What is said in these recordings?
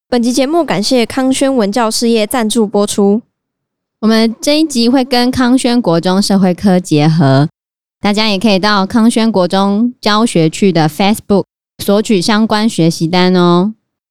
本集节目感谢康轩文教事业赞助播出。 我们这一集会跟康轩国中社会科结合，大家也可以到康轩国中教学区的 Facebook 索取相关学习单哦。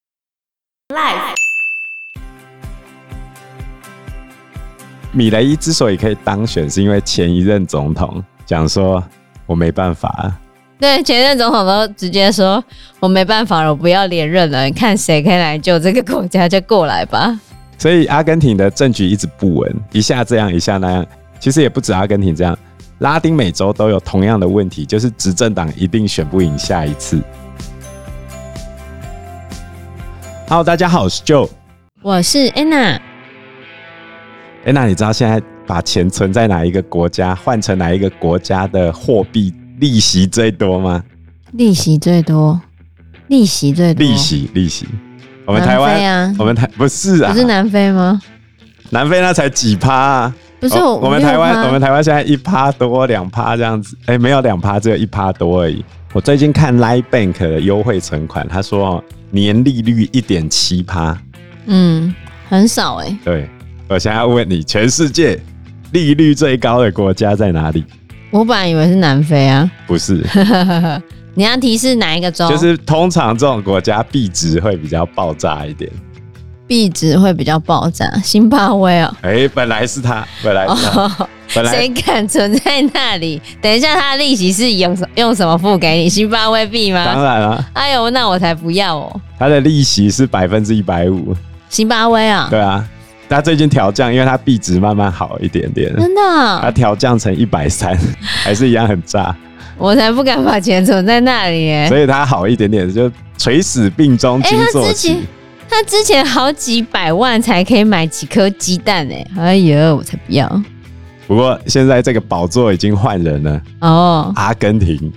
米雷伊之所以可以当选，是因为前一任总统讲说我没办法。 对，前任总统都直接说我没办法了，我不要连任了，你看谁可以来救这个国家就过来吧。 所以阿根廷的政局一直不稳，一下这样一下那样。其实也不止阿根廷这样，拉丁美洲都有同样的问题，就是执政党一定选不赢下一次。Hello， 大家好，我是 Joe， 我是 Anna。 Anna， 你知道现在把钱存在哪一个国家，换成哪一个国家的货币利息最多吗？ 利息最多。利息。 我们台湾啊， 不是啊， 不是南非吗？ 南非那才几趴啊？ 不是我们台湾现在1%多2%这样子，没有2%，只有1%多而已。我最近看 Line Bank 的优惠存款，他说年利率1.7%， 很少对，我现在要问你，全世界利率最高的国家在哪里？ 我本来以为是南非啊， 不是。 你要提示哪一个州？ 就是通常这种国家币值会比较爆炸一点。 币值会比较爆炸，辛巴威哦。 本来是他， 谁敢存在那里？等一下，他的利息是用什么付给你？辛巴威币吗？ 当然了。 哎呦，那我才不要哦。 他的利息是150%。 辛巴威啊？ 对啊，他最近调降，因为他币值慢慢好一点点。 真的啊？ 他调降成130，还是一样很炸。 我才不敢把钱存在那里耶。 所以他好一点点，就垂死病中惊坐起。 他之前好几百万才可以买几颗鸡蛋哎呦，我才不要。 不过现在这个宝座已经换人了哦，阿根廷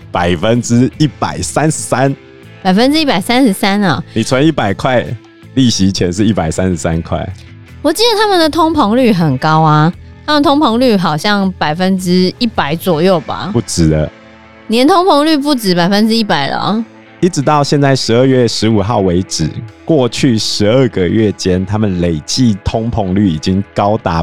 133%。 133%哦， 你存100块，利息钱是133块。 我记得他们的通膨率很高啊，他们通膨率好像100%左右吧？ 不止了。 年通膨率不止100%了啊！ 一直到现在12月15号为止，过去12个月间，他们累计通膨率已经高达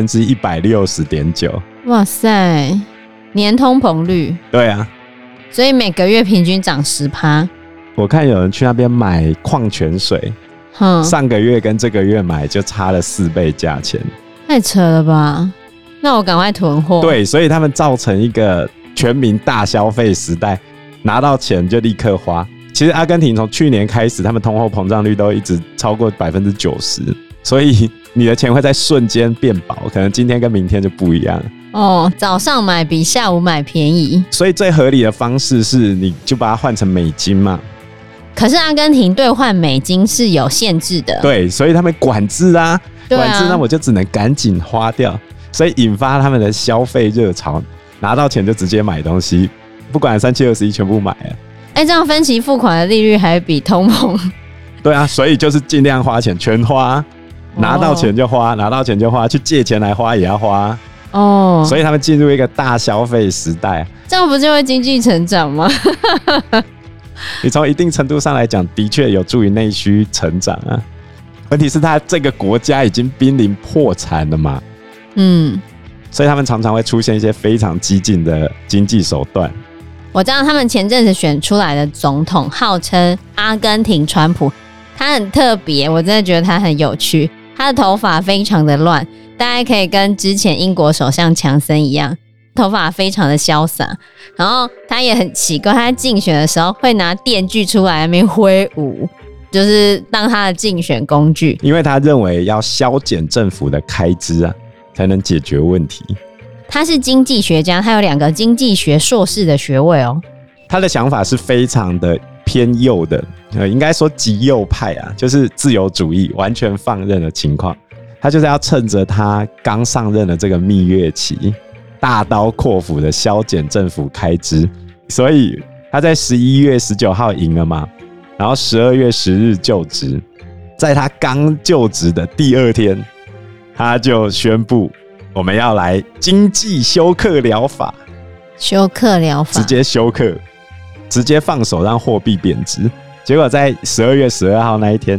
160.9%。 哇塞，年通膨率？ 对啊， 所以每个月平均涨10%。 我看有人去那边买矿泉水，上个月跟这个月买就差了4倍价钱， 太扯了吧？那我赶快囤货。 对，所以他们造成一个全民大消费时代，拿到钱就立刻花。其实阿根廷从去年开始，他们通货膨胀率都一直超过90%，所以你的钱会在瞬间变薄，可能今天跟明天就不一样哦。早上买比下午买便宜， 所以最合理的方式是你就把它换成美金嘛。 可是阿根廷兑换美金是有限制的， 对，所以他们管制啊，管制，那我就只能赶紧花掉，所以引发他们的消费热潮。拿到钱就直接买东西，不管3721全部买了。 这样分期付款的利率还比通膨。 对啊，所以就是尽量花钱，全花，拿到钱就花，拿到钱就花，去借钱来花也要花。哦，所以他们进入一个大消费时代。 这样不就会经济成长吗？ 你从一定程度上来讲，的确有助于内需成长啊。问题是他这个国家已经濒临破产了嘛。所以他们常常会出现一些非常激进的经济手段。 我知道他们前阵子选出来的总统号称阿根廷川普，他很特别，我真的觉得他很有趣。他的头发非常的乱，大概可以跟之前英国首相强森一样，头发非常的潇洒。然后他也很奇怪，他在竞选的时候会拿电锯出来那边挥舞，就是当他的竞选工具。 因为他认为要削减政府的开支啊，才能解决问题。 他是经济学家，他有2个经济学硕士的学位哦。 他的想法是非常的偏右的，应该说极右派啊，就是自由主义完全放任的情况。他就是要趁着他刚上任的这个蜜月期，大刀阔斧的削减政府开支。所以他在11月19号赢了嘛，然后12月10日就职。在他刚就职的第2天，他就宣布我们要来经济休克疗法。 休克疗法， 直接休克，直接放手让货币贬值。结果在12月12号那一天，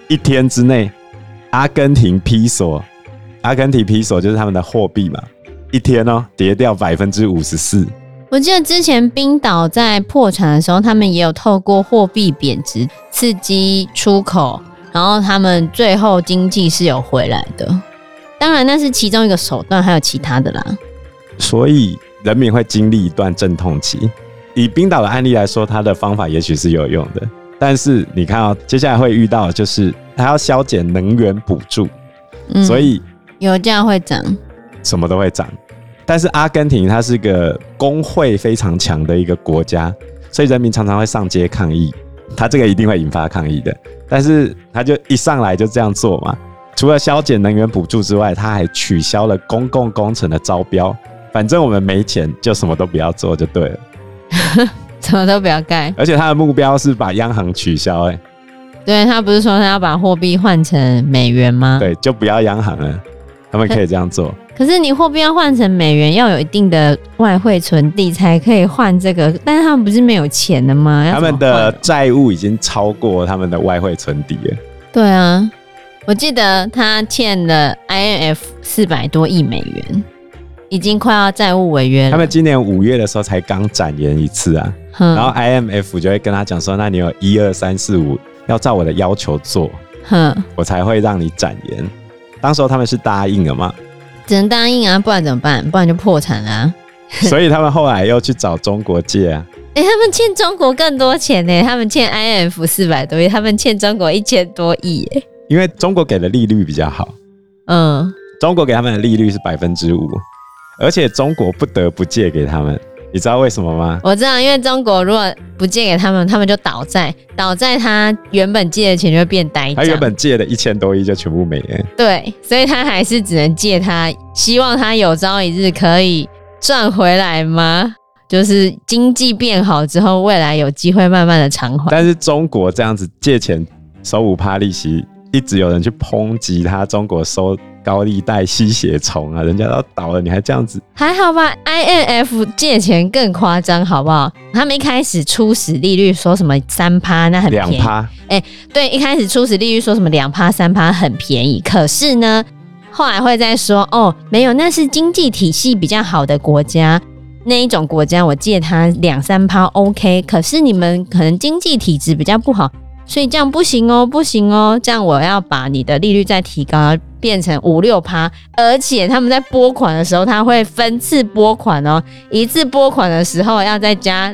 1天之内，阿根廷披索就是他们的货币嘛，1天跌掉54%。 我记得之前冰岛在破产的时候，他们也有透过货币贬值刺激出口，然后他们最后经济是有回来的。当然那是其中一个手段，还有其他的啦。 所以人民会经历一段阵痛期。以冰岛的案例来说，它的方法也许是有用的，但是你看接下来会遇到的就是它要削减能源补助，所以油价会涨， 什么都会涨。但是阿根廷它是个工会非常强的一个国家，所以人民常常会上街抗议，它这个一定会引发抗议的。但是它就一上来就这样做嘛，除了削减能源补助之外，它还取消了公共工程的招标，反正我们没钱就什么都不要做就对了。 什么都不要盖， 而且它的目标是把央行取消对，他不是说他要把货币换成美元吗？ 对，就不要央行了，他们可以这样做。 可是你货币要换成美元，要有一定的外汇存底才可以换这个，但是他们不是没有钱的吗？ 他们的债务已经超过他们的外汇存底了。 对啊，我记得他欠了 IMF 400多亿美元，已经快要债务违约了。 他们今年5月的时候才刚展延一次啊，然后 IMF 就会跟他讲说，那你有1、2、3、4、5要照我的要求做，我才会让你展延。当时候他们是答应了嘛， 只能答应啊，不然怎么办？不然就破产啊。 所以他们后来又去找中国借啊。 他们欠中国更多钱呢，他们欠 IMF 400多亿，他们欠中国1000多亿耶。 因为中国给的利率比较好，中国给他们的利率是5%，而且中国不得不借给他们。你知道为什么吗？ 我知道，因为中国如果不借给他们，他们就倒债，他原本借的钱就会变呆账。 他原本借的1000多亿就全部没了。 对，所以他还是只能借他，希望他有朝一日可以赚回来吗？就是经济变好之后，未来有机会慢慢的偿还。 但是中国这样子借钱收5%利息，一直有人去抨击他，中国收高利贷吸血虫啊，人家都倒了，你还这样子？ 还好吧 ，IMF 借钱更夸张，好不好？他们一开始初始利率说什么3%，那很便宜。 2%， 对，一开始初始利率说什么2%、3%很便宜，可是呢，后来会再说没有，那是经济体系比较好的国家，那一种国家我借他2、3% OK， 可是你们可能经济体质比较不好。所以这样不行哦，这样我要把你的利率再提高，变成5、6%，而且他们在拨款的时候，他会分次拨款一次拨款的时候要再加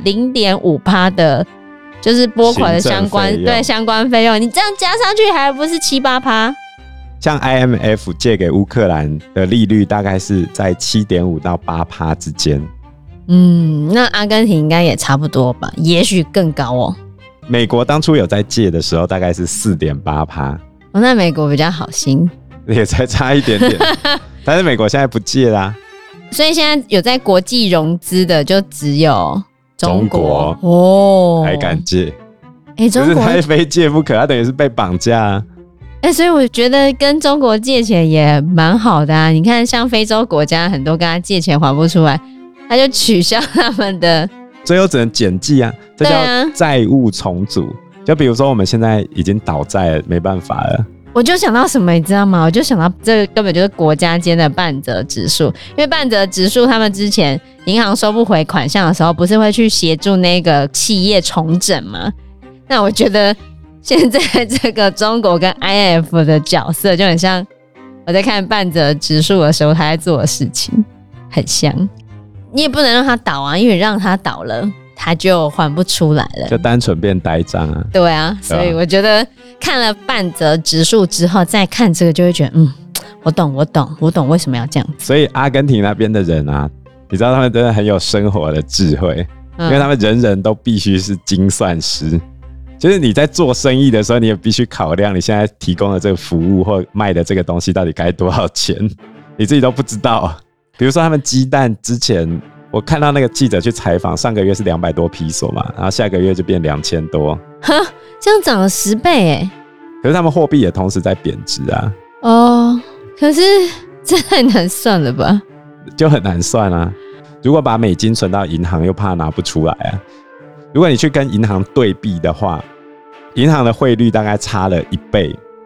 0.5%的，就是拨款的相关费用，你这样加上去还不是7、8%？ 像 IMF 借给乌克兰的利率大概是在7.5%到8%之间。 那阿根廷应该也差不多吧，也许更高美国当初有在借的时候大概是4.8%， 那美国比较好心， 也才差一点点。但是美国现在不借啦， 所以现在有在国际融资的就只有中国还敢借？中国他非借不可，他等于是被绑架啊。 所以我觉得跟中国借钱也蛮好的啊。你看，像非洲国家很多跟他借钱还不出来，他就取消他们的。 最后只能减记啊，这叫债务重组。就比如说我们现在已经倒债了，没办法了。 我就想到什么，你知道吗？我就想到这个根本就是国家间的半泽直树，因为半泽直树他们之前银行收不回款项的时候，不是会去协助那个企业重整吗？那我觉得现在这个中国跟 IMF 的角色就很像我在看半泽直树的时候他在做的事情，很像。你也不能让他倒啊，因为让他倒了他就还不出来了， 就单纯变呆账啊。 对啊，所以我觉得看了半泽直树之后再看这个就会觉得我懂为什么要这样子。 所以阿根廷那边的人啊，你知道他们真的很有生活的智慧，因为他们人人都必须是精算师。就是你在做生意的时候，你也必须考量你现在提供的这个服务或卖的这个东西到底该多少钱，你自己都不知道。比如说他们鸡蛋之前我看到那个记者去采访，上个月是200多披索嘛，然后下个月就变2000多， 这样涨了10倍可是他们货币也同时在贬值啊。 可是这太难算了吧？ 就很难算啊。如果把美金存到银行，又怕拿不出来啊。如果你去跟银行对币的话，银行的汇率大概差了1倍，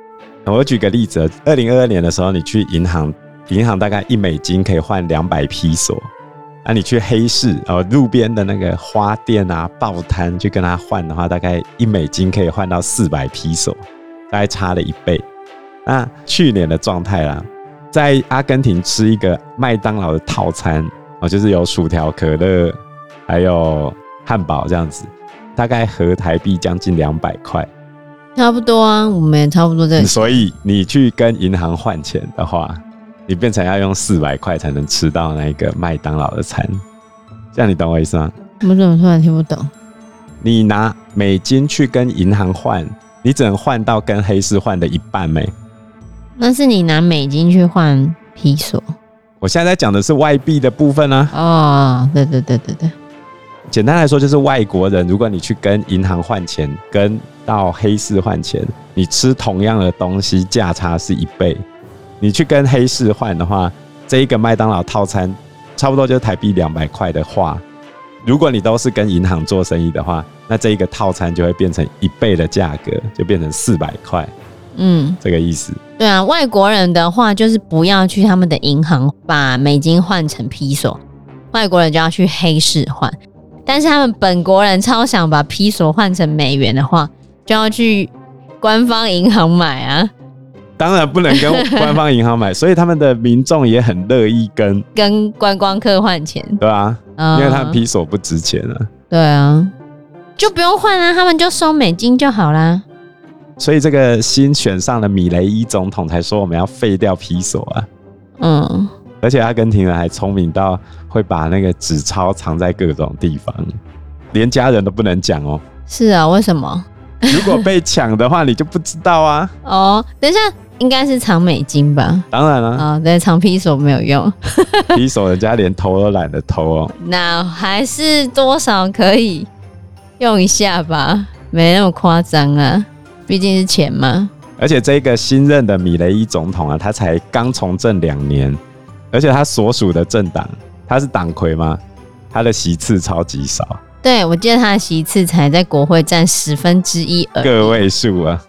我举个例子，2022年的时候，你去银行大概1美金可以换200披索。你去黑市路边的那个花店啊、报摊去跟他换的话，大概1美金可以换到400披索，大概差了1倍。那去年的状态啦，在阿根廷吃一个麦当劳的套餐就是有薯条、可乐，还有汉堡这样子，大概合台币将近200块。 差不多啊，我们也差不多这。 所以你去跟银行换钱的话，你变成要用400块才能吃到那个麦当劳的餐，这样你懂我意思吗？ 我怎么突然听不懂？ 你拿美金去跟银行换，你只能换到跟黑市换的一半没？ 那是你拿美金去换披索。 我现在在讲的是外币的部分啊。 哦，对。 简单来说，就是外国人，如果你去跟银行换钱，跟到黑市换钱，你吃同样的东西，价差是1倍。你去跟黑市换的话，这一个麦当劳套餐差不多就是台币200块的话，如果你都是跟银行做生意的话，那这一个套餐就会变成1倍的价格，就变成400块。这个意思。 对啊，外国人的话就是不要去他们的银行把美金换成披索，外国人就要去黑市换。但是他们本国人超想把披索换成美元的话，就要去官方银行买啊。 当然不能跟官方银行买，所以他们的民众也很乐意跟观光客换钱， 对啊，因为他们披索不值钱啊。 对啊，就不用换啊，他们就收美金就好啦。 所以这个新选上的米雷伊总统才说我们要废掉披索啊。而且阿根廷人还聪明到会把那个纸钞藏在各种地方，连家人都不能讲哦。 是啊，为什么？ 如果被抢的话，你就不知道啊。 等一下，应该是藏美金吧？ 当然了。 对，藏披索没有用， 披索人家连偷都懒得偷哦。 那还是多少可以用一下吧，没那么夸张啊，毕竟是钱嘛。 而且这个新任的米雷伊总统啊，他才刚从政2年，而且他所属的政党，他是党魁吗？他的席次超级少。 对，我记得他的席次才在国会占1/10而已， 个位数啊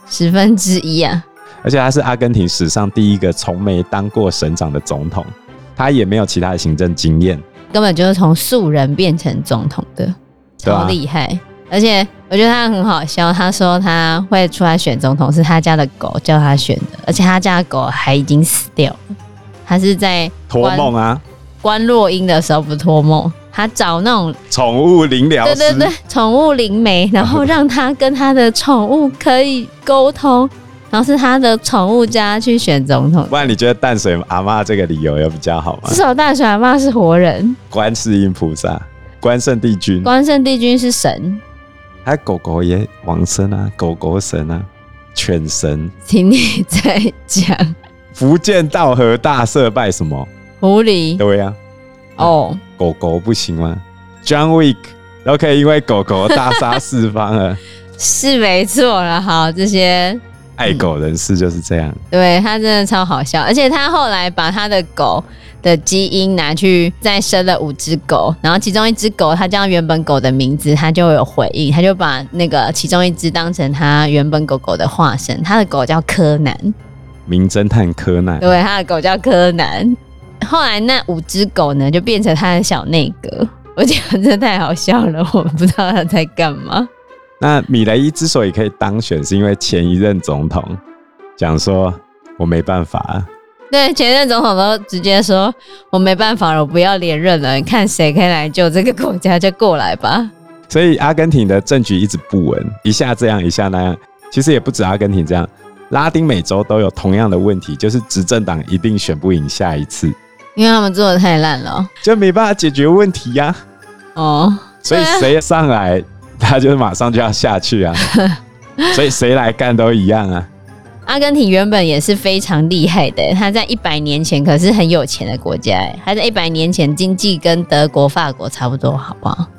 1/10啊。 而且他是阿根廷史上第一个从没当过省长的总统，他也没有其他的行政经验， 根本就是从素人变成总统的，超厉害。而且我觉得他很好笑，他说他会出来选总统是他家的狗叫他选的，而且他家的狗还已经死掉了。他是在托梦啊， 关落音的时候不是托梦，他找那种宠物灵疗师， 对，宠物灵媒，然后让他跟他的宠物可以沟通，然后是他的宠物家去选总统。 不然你觉得淡水阿嬷这个理由有比较好吗？ 至少淡水阿嬷是活人， 观世音菩萨、关圣帝君， 关圣帝君是神， 还有狗狗也往生啊，狗狗神啊，犬神。 听你在讲。 福建道和大社拜什么？ 狐狸。 对啊。狗狗不行吗？ John Wick 都可以因为狗狗大杀四方了。 是没错啦，好，这些爱狗人士就是这样。 对，他真的超好笑，而且他后来把他的狗的基因拿去再生了5只狗，然后其中1只狗他叫原本狗的名字，他就有回应，他就把那个其中1只当成他原本狗狗的化身，他的狗叫柯南， 名侦探柯南。 对，他的狗叫柯南。后来那5只狗呢就变成他的小内阁，我觉得真的太好笑了，我不知道他在干嘛。 那米雷伊之所以可以当选，是因为前一任总统讲说我没办法啊。 对，前任总统都直接说我没办法了，我不要连任了，你看谁可以来救这个国家就过来吧。 所以阿根廷的政局一直不稳，一下这样一下那样。其实也不止阿根廷这样，拉丁美洲都有同样的问题，就是执政党一定选不赢下一次， 因为他们做的太烂了， 就没办法解决问题呀。所以谁上来他就马上就要下去啊。所以谁来干都一样啊。 阿根廷原本也是非常厉害的，他在100年前可是很有钱的国家，他在100年前经济跟德国、法国差不多，好不好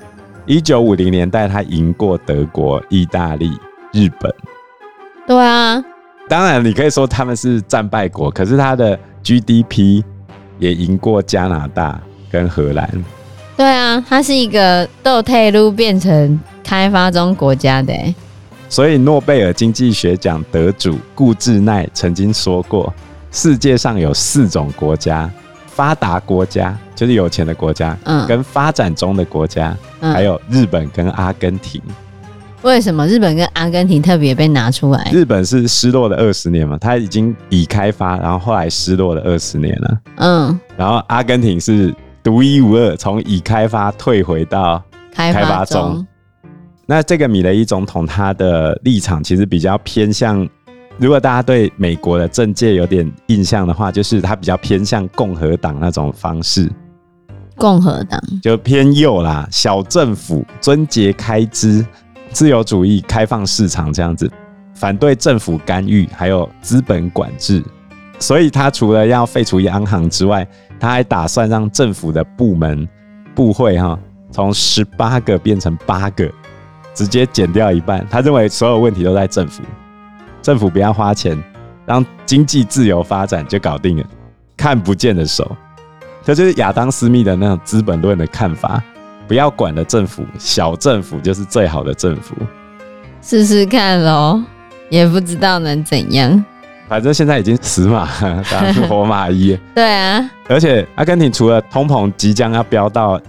？1950年代他赢过德国、意大利、日本。 对啊， 当然你可以说他们是战败国，可是他的 GDP 也赢过加拿大跟荷兰。 对啊，他是一个倒退路变成开发中国家的。 所以诺贝尔经济学奖得主顾志奈曾经说过，世界上有4种国家，发达国家就是有钱的国家，跟发展中的国家，还有日本跟阿根廷。 为什么日本跟阿根廷特别被拿出来？ 日本是失落的20年嘛，它已经已开发，然后后来失落了20年了。然后阿根廷是独一无二，从已开发退回到开发中。那这个米雷伊总统他的立场其实比较偏向，如果大家对美国的政界有点印象的话，就是他比较偏向共和党那种方式。 共和党就偏右啦，小政府、尊节开支、自由主义、开放市场这样子，反对政府干预，还有资本管制。所以他除了要废除央行之外，他还打算让政府的部门、部会从18个变成8个，直接减掉一半。他认为所有问题都在政府，政府不要花钱，让经济自由发展就搞定了，看不见的手。这就是亚当·斯密的那种资本论的看法，不要管的政府，小政府就是最好的政府。 试试看咯，也不知道能怎样。 反正现在已经死马，当然是活马医。 对啊， 而且阿根廷除了通膨即将要飙到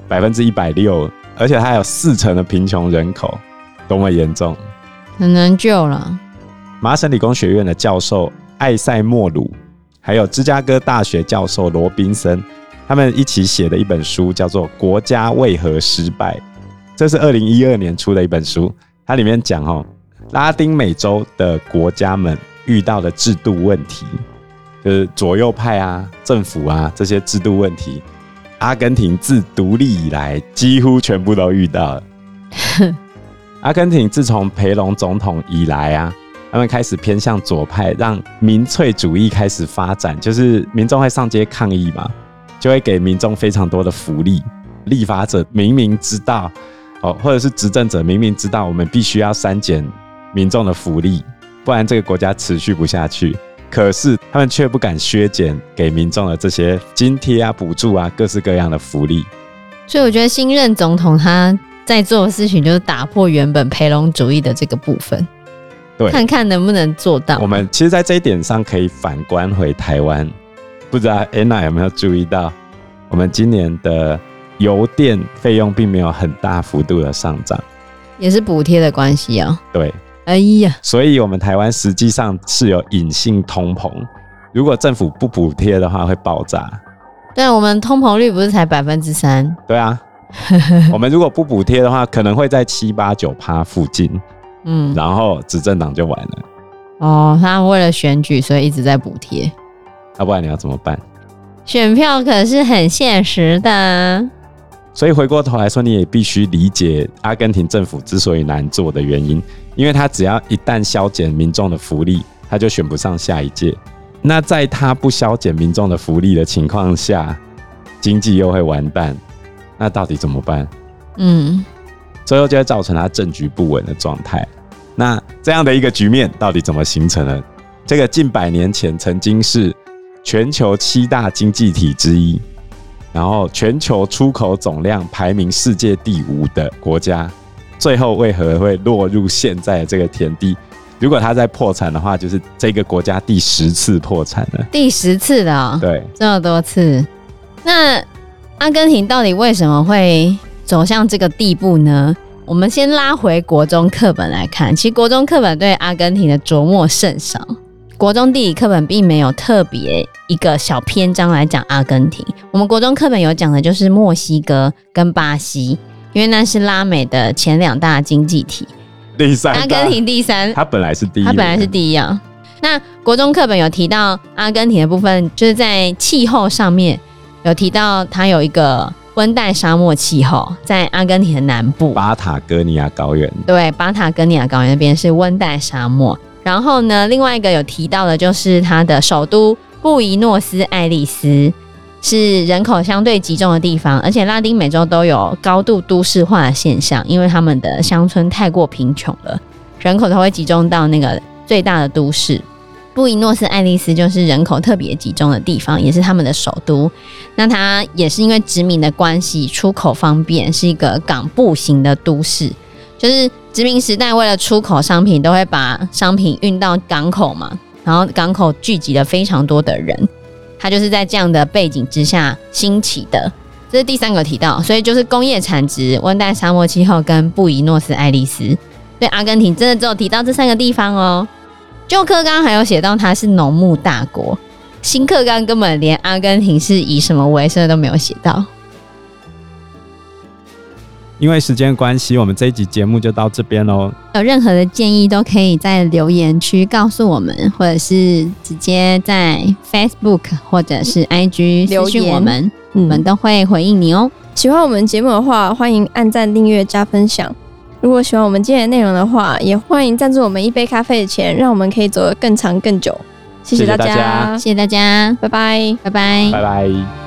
160%，而且还有40%的贫穷人口，多么严重， 很难救了。 麻省理工学院的教授艾塞莫鲁，还有芝加哥大学教授罗宾森，他们一起写的一本书叫做《国家为何失败》，这是2012年出的一本书。它里面讲拉丁美洲的国家们遇到的制度问题，就是左右派啊、政府啊这些制度问题，阿根廷自独立以来几乎全部都遇到了。阿根廷自从培隆总统以来啊，他们开始偏向左派，让民粹主义开始发展，就是民众会上街抗议嘛，就会给民众非常多的福利。立法者明明知道或者是执政者明明知道我们必须要删减民众的福利，不然这个国家持续不下去，可是他们却不敢削减给民众的这些津贴啊、补助啊、各式各样的福利。 所以我觉得新任总统他在做的事情就是打破原本培隆主义的这个部分， 对， 看看能不能做到。 我们其实在这一点上可以反观回台湾，不知道 Anna 有没有注意到，我们今年的油电费用并没有很大幅度的上涨， 也是补贴的关系啊。 对， 哎呀， 所以我们台湾实际上是有隐性通膨，如果政府不补贴的话会爆炸。 对，我们通膨率不是才3%？ 对啊，我们如果不补贴的话，可能会在7%、8%、9% 附近，然后执政党就完了。 他们为了选举，所以一直在补贴。 要不然你要怎么办？ 选票可是很现实的。 所以回过头来说，你也必须理解阿根廷政府之所以难做的原因，因为他只要一旦削减民众的福利，他就选不上下一届。那在他不削减民众的福利的情况下，经济又会完蛋，那到底怎么办？最后就会造成他政局不稳的状态。那这样的一个局面到底怎么形成的？这个近100年前曾经是全球7大经济体之一，然后全球出口总量排名世界第5的国家，最后为何会落入现在的这个田地？如果他再破产的话，就是这个国家第10次破产了。 第10次了对， 这么多次。那阿根廷到底为什么会走向这个地步呢？我们先拉回国中课本来看，其实国中课本对阿根廷的琢磨甚少。国中地理课本并没有特别一个小篇章来讲阿根廷，我们国中课本有讲的就是墨西哥跟巴西，因为那是拉美的前2大经济体。 第3大， 阿根廷第3， 他本来是第一， 他本来是第一啊。那国中课本有提到阿根廷的部分，就是在气候上面有提到，它有一个温带沙漠气候，在阿根廷的南部， 巴塔哥尼亚高原。 对，巴塔哥尼亚高原那边是温带沙漠。然后呢，另外一个有提到的就是它的首都布宜诺斯艾利斯，是人口相对集中的地方，而且拉丁美洲都有高度都市化的现象，因为他们的乡村太过贫穷了，人口都会集中到那个最大的都市。布宜诺斯艾利斯就是人口特别集中的地方，也是他们的首都。那它也是因为殖民的关系，出口方便，是一个港埠型的都市，就是殖民时代为了出口商品，都会把商品运到港口嘛，然后港口聚集了非常多的人，它就是在这样的背景之下兴起的。这是第3个提到，所以就是工业产值、温带沙漠气候跟布宜诺斯艾利斯。所以阿根廷真的只有提到这3个地方哦。旧课纲还有写到它是农牧大国，新课纲根本连阿根廷是以什么为生的都没有写到。 因为时间关系，我们这一集节目就到这边咯。 有任何的建议都可以在留言区告诉我们，或者是直接在 Facebook 或者是 IG 私讯我们，我们都会回应你哦。 喜欢我们节目的话，欢迎按赞、订阅、加分享。如果喜欢我们今天的内容的话，也欢迎赞助我们一杯咖啡的钱，让我们可以走得更长更久。谢谢大家， 谢谢大家， 拜拜， 拜拜， 拜拜。